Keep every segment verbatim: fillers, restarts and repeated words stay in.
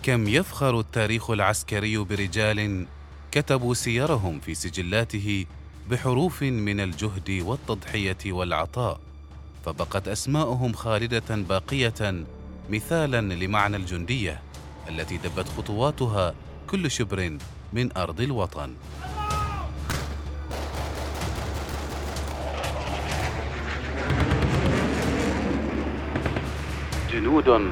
كم يفخر التاريخ العسكري برجال كتبوا سيرهم في سجلاته بحروف من الجهد والتضحية والعطاء، فبقت أسماؤهم خالدة باقية مثالا لمعنى الجندية التي دبت خطواتها كل شبر من أرض الوطن. جنود،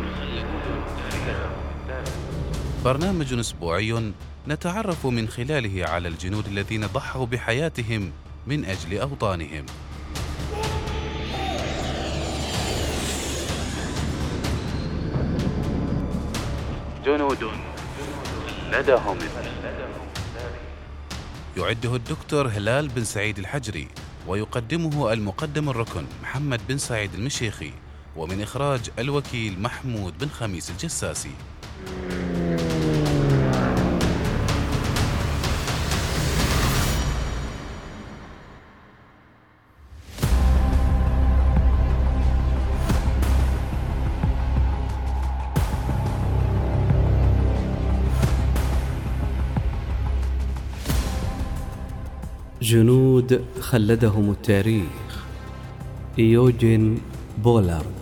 برنامج أسبوعي نتعرف من خلاله على الجنود الذين ضحوا بحياتهم من أجل أوطانهم. جنود لدهم يعده الدكتور هلال بن سعيد الحجري، ويقدمه المقدم الركن محمد بن سعيد المشيخي، ومن إخراج الوكيل محمود بن خميس الجساسي. جنود خلدهم التاريخ. إيوجين بولارد.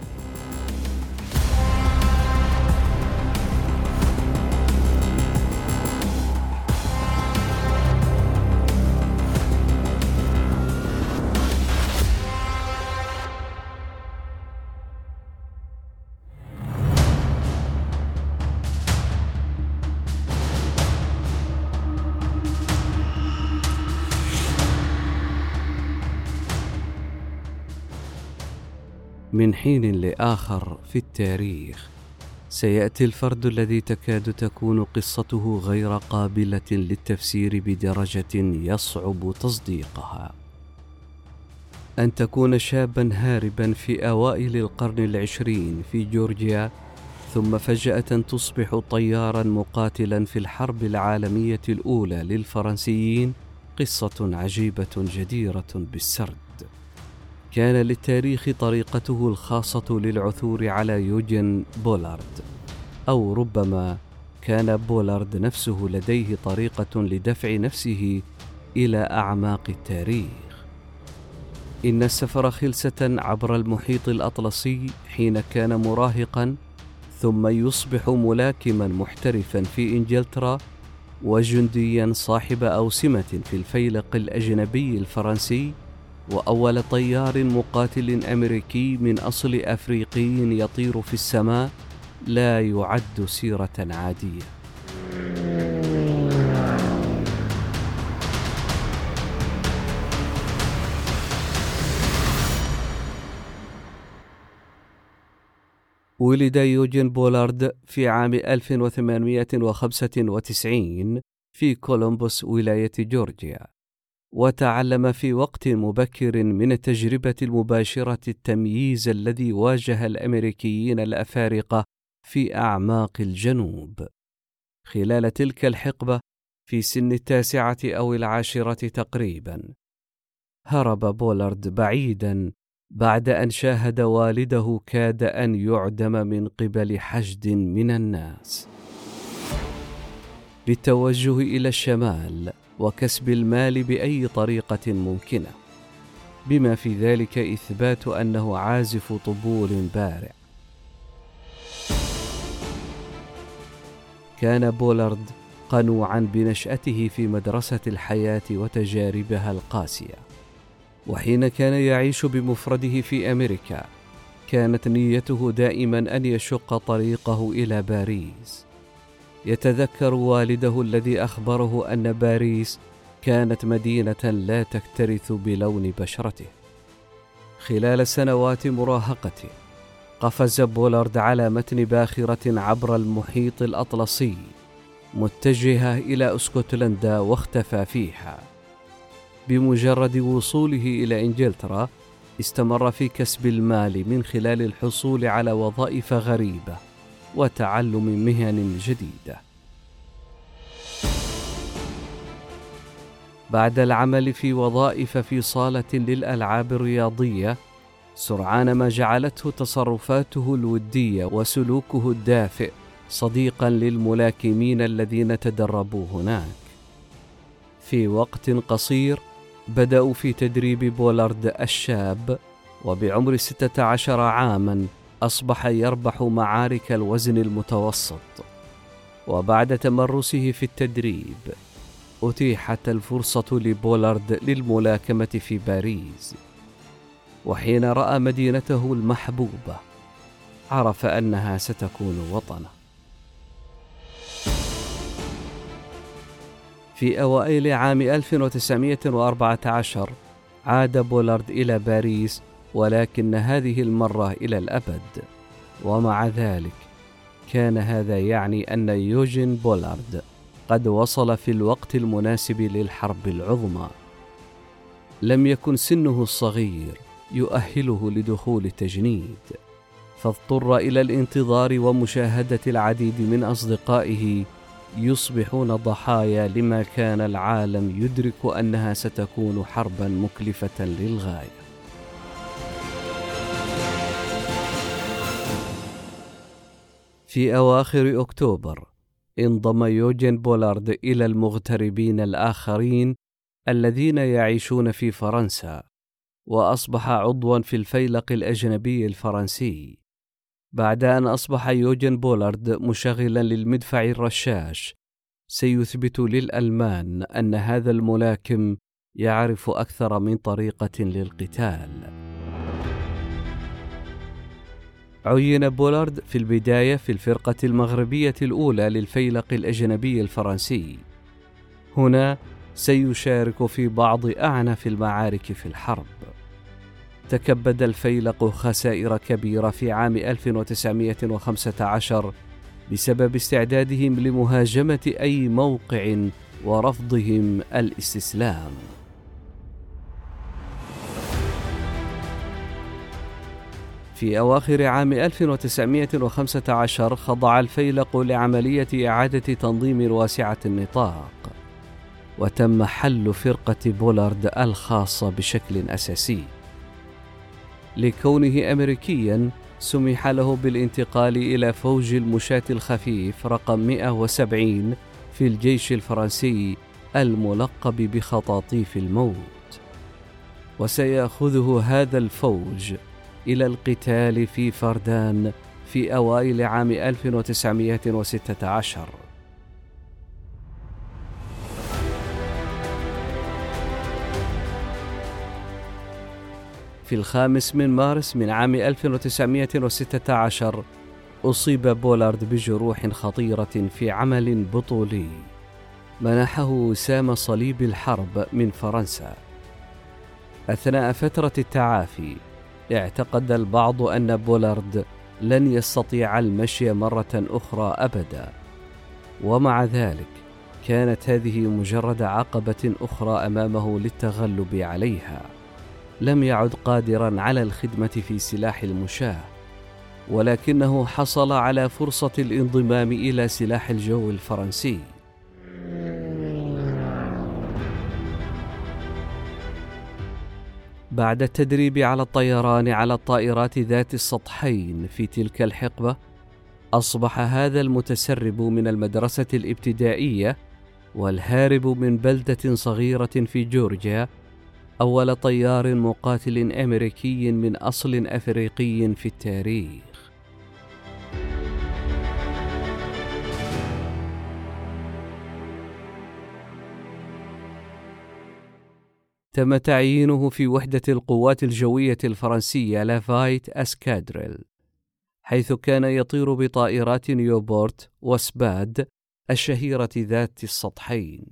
من حين لآخر في التاريخ سيأتي الفرد الذي تكاد تكون قصته غير قابلة للتفسير بدرجة يصعب تصديقها. أن تكون شابا هاربا في أوائل القرن العشرين في جورجيا، ثم فجأة تصبح طيارا مقاتلا في الحرب العالمية الأولى للفرنسيين، قصة عجيبة جديرة بالسرد. كان للتاريخ طريقته الخاصة للعثور على يوجين بولارد، أو ربما كان بولارد نفسه لديه طريقة لدفع نفسه إلى أعماق التاريخ. إن السفر خلسة عبر المحيط الأطلسي حين كان مراهقا، ثم يصبح ملاكما محترفا في إنجلترا، وجنديا صاحب أوسمة في الفيلق الأجنبي الفرنسي، وأول طيار مقاتل أمريكي من أصل أفريقي يطير في السماء، لا يعد سيرة عادية. ولد يوجين بولارد في عام ألف وثمانمائة وخمسة وتسعين في كولومبوس ولاية جورجيا، وتعلم في وقت مبكر من التجربة المباشرة التمييز الذي واجه الأمريكيين الأفارقة في أعماق الجنوب. خلال تلك الحقبة في سن التاسعة أو العاشرة تقريبا، هرب بولارد بعيدا بعد أن شاهد والده كاد أن يعدم من قبل حشد من الناس. بالتوجه إلى الشمال وكسب المال بأي طريقة ممكنة، بما في ذلك إثبات أنه عازف طبول بارع. كان بولارد قنوعا بنشأته في مدرسة الحياة وتجاربها القاسية، وحين كان يعيش بمفرده في أمريكا كانت نيته دائما أن يشق طريقه إلى باريس. يتذكر والده الذي أخبره أن باريس كانت مدينة لا تكترث بلون بشرته. خلال سنوات مراهقته قفز بولارد على متن باخرة عبر المحيط الأطلسي متجهة إلى اسكتلندا، واختفى فيها. بمجرد وصوله إلى إنجلترا استمر في كسب المال من خلال الحصول على وظائف غريبة وتعلم مهن جديدة. بعد العمل في وظائف في صالة للألعاب الرياضية، سرعان ما جعلته تصرفاته الودية وسلوكه الدافئ صديقا للملاكمين الذين تدربوا هناك. في وقت قصير بدأوا في تدريب بولارد الشاب، وبعمر ستة عشر عاما أصبح يربح معارك الوزن المتوسط. وبعد تمرسه في التدريب أتيحت الفرصة لبولارد للملاكمة في باريس، وحين رأى مدينته المحبوبة عرف أنها ستكون وطنه. في أوائل عام ألف وتسعمائة وأربعة عشر عاد بولارد إلى باريس، ولكن هذه المرة إلى الأبد. ومع ذلك كان هذا يعني أن يوجين بولارد قد وصل في الوقت المناسب للحرب العظمى. لم يكن سنه الصغير يؤهله لدخول التجنيد، فاضطر إلى الانتظار ومشاهدة العديد من أصدقائه يصبحون ضحايا لما كان العالم يدرك أنها ستكون حربا مكلفة للغاية. في أواخر أكتوبر انضم يوجين بولارد إلى المغتربين الآخرين الذين يعيشون في فرنسا، وأصبح عضوا في الفيلق الأجنبي الفرنسي. بعد أن أصبح يوجين بولارد مشغلا للمدفع الرشاش، سيثبت للألمان أن هذا الملاكم يعرف أكثر من طريقة للقتال. عين بولارد في البداية في الفرقة المغربية الأولى للفيلق الأجنبي الفرنسي. هنا سيشارك في بعض أعنف المعارك في الحرب. تكبد الفيلق خسائر كبيرة في عام ألف وتسعمائة وخمسة عشر بسبب استعدادهم لمهاجمة أي موقع ورفضهم الاستسلام. في أواخر عام ألف وتسعمائة وخمسة عشر خضع الفيلق لعملية إعادة تنظيم واسعة النطاق، وتم حل فرقة بولارد الخاصة بشكل أساسي. لكونه أمريكياً سمح له بالانتقال إلى فوج المشاة الخفيف رقم مئة وسبعين في الجيش الفرنسي الملقب بخطاطيف الموت، وسيأخذه هذا الفوج إلى القتال في فردان في أوائل عام ألف وتسعمائة وستة عشر. في الخامس من مارس من عام ألف وتسعمائة وستة عشر أصيب بولارد بجروح خطيرة في عمل بطولي منحه وسام صليب الحرب من فرنسا. أثناء فترة التعافي اعتقد البعض أن بولارد لن يستطيع المشي مرة أخرى أبدا، ومع ذلك كانت هذه مجرد عقبة أخرى أمامه للتغلب عليها. لم يعد قادرا على الخدمة في سلاح المشاة، ولكنه حصل على فرصة الانضمام إلى سلاح الجو الفرنسي. بعد التدريب على الطيران على الطائرات ذات السطحين في تلك الحقبة، أصبح هذا المتسرب من المدرسة الابتدائية والهارب من بلدة صغيرة في جورجيا أول طيار مقاتل أمريكي من أصل أفريقي في التاريخ. تم تعيينه في وحدة القوات الجوية الفرنسية لافايت أسكادريل، حيث كان يطير بطائرات نيوبورت وسباد الشهيرة ذات السطحين.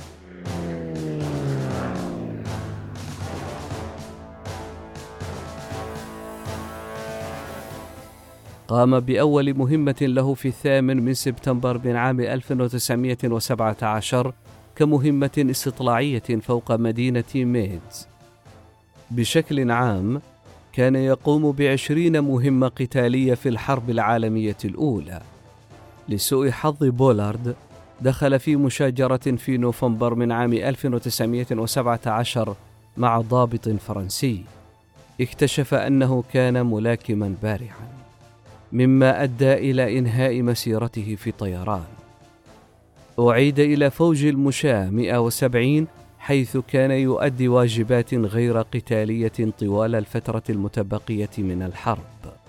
قام بأول مهمة له في الثامن من سبتمبر من عام ألف وتسعمائة وسبعة عشر كمهمة استطلاعية فوق مدينة ميدز. بشكل عام كان يقوم بعشرين مهمة قتالية في الحرب العالمية الأولى. لسوء حظ بولارد دخل في مشاجرة في نوفمبر من عام ألف وتسعمائة وسبعة عشر مع ضابط فرنسي اكتشف أنه كان ملاكما بارعا. مما أدى إلى إنهاء مسيرته في طيران. أعيد إلى فوج المشاة مئة وسبعين، حيث كان يؤدي واجبات غير قتالية طوال الفترة المتبقية من الحرب.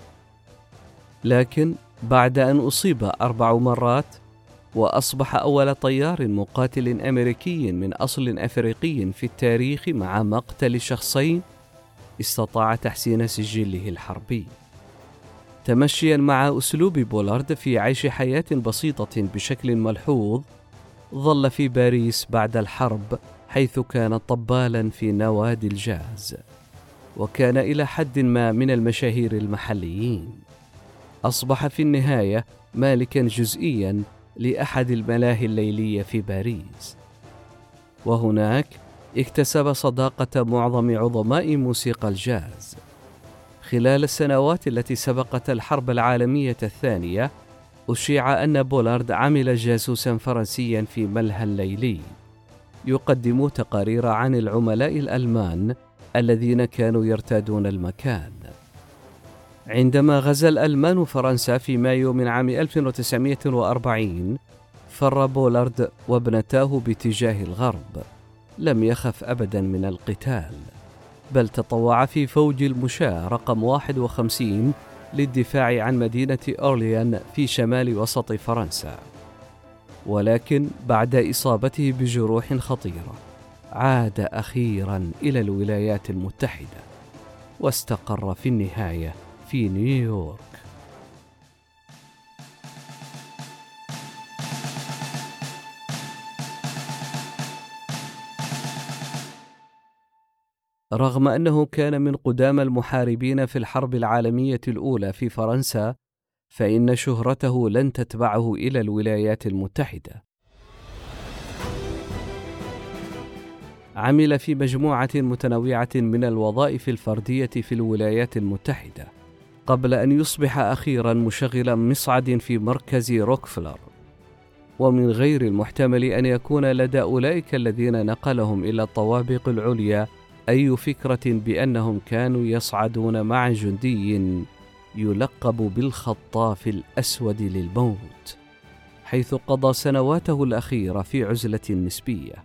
لكن بعد أن أصيب أربع مرات وأصبح أول طيار مقاتل أمريكي من أصل أفريقي في التاريخ مع مقتل شخصين، استطاع تحسين سجله الحربي. تمشيا مع أسلوب بولارد في عيش حياة بسيطة بشكل ملحوظ، ظل في باريس بعد الحرب، حيث كان طبالا في نوادي الجاز، وكان إلى حد ما من المشاهير المحليين. أصبح في النهاية مالكا جزئيا لأحد الملاهي الليلية في باريس، وهناك اكتسب صداقة معظم عظماء موسيقى الجاز. خلال السنوات التي سبقت الحرب العالمية الثانية، أشيع أن بولارد عمل جاسوسا فرنسيا في ملهى ليلي يقدم تقارير عن العملاء الألمان الذين كانوا يرتادون المكان. عندما غزا الألمان فرنسا في مايو من عام ألف وتسعمائة وأربعين، فر بولارد وابنتاه باتجاه الغرب. لم يخف أبدا من القتال، بل تطوع في فوج المشاة رقم واحد وخمسين للدفاع عن مدينة أورليان في شمال وسط فرنسا. ولكن بعد إصابته بجروح خطيرة، عاد أخيرا إلى الولايات المتحدة، واستقر في النهاية في نيويورك. رغم أنه كان من قدام المحاربين في الحرب العالمية الأولى في فرنسا، فإن شهرته لن تتبعه إلى الولايات المتحدة. عمل في مجموعة متنوعة من الوظائف الفردية في الولايات المتحدة، قبل أن يصبح أخيرا مشغل مصعد في مركز روكفلر. ومن غير المحتمل أن يكون لدى أولئك الذين نقلهم إلى الطوابق العليا أي فكرة بأنهم كانوا يصعدون مع جندي يلقب بالخطاف الأسود للموت، حيث قضى سنواته الأخيرة في عزلة نسبية.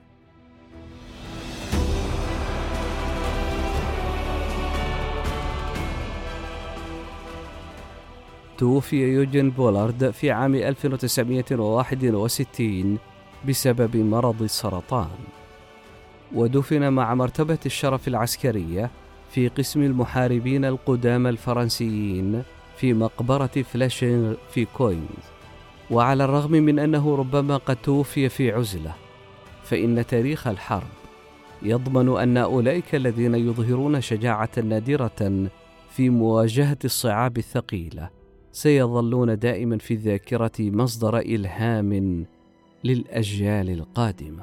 توفي يوجين بولارد في عام ألف وتسعمائة وواحد وستين بسبب مرض السرطان، ودفن مع مرتبة الشرف العسكرية في قسم المحاربين القدامى الفرنسيين في مقبرة فلاشينغ في كوينز. وعلى الرغم من أنه ربما قد توفي في عزلة، فإن تاريخ الحرب يضمن أن أولئك الذين يظهرون شجاعة نادرة في مواجهة الصعاب الثقيلة سيظلون دائما في الذاكرة مصدر إلهام للأجيال القادمة.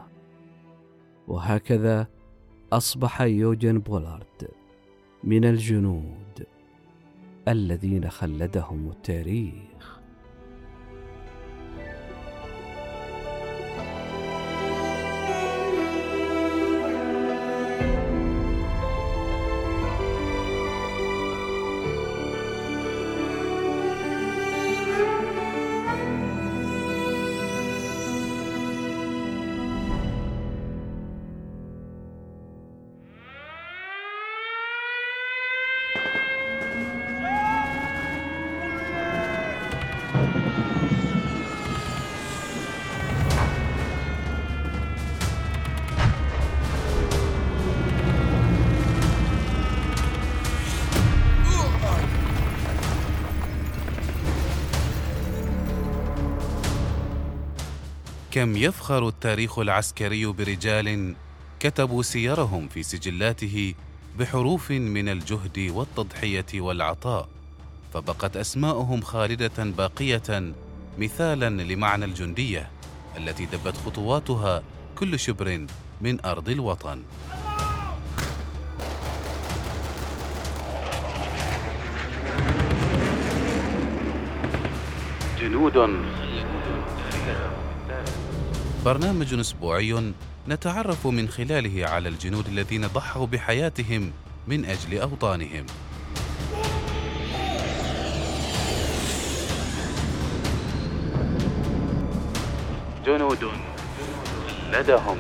وهكذا أصبح يوجين بولارد من الجنود الذين خلدهم التاريخ. كم يفخر التاريخ العسكري برجال كتبوا سيرهم في سجلاته بحروف من الجهد والتضحية والعطاء، فبقت أسماؤهم خالدة باقية مثالا لمعنى الجندية التي دبت خطواتها كل شبر من أرض الوطن. جنود، برنامج أسبوعي نتعرف من خلاله على الجنود الذين ضحوا بحياتهم من أجل أوطانهم. جنود لدهم.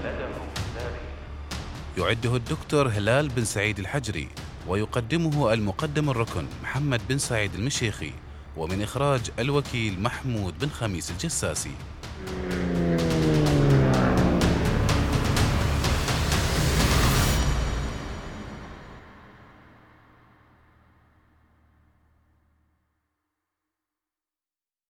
يعده الدكتور هلال بن سعيد الحجري، ويقدمه المقدم الركن محمد بن سعيد المشيخي، ومن إخراج الوكيل محمود بن خميس الجساسي.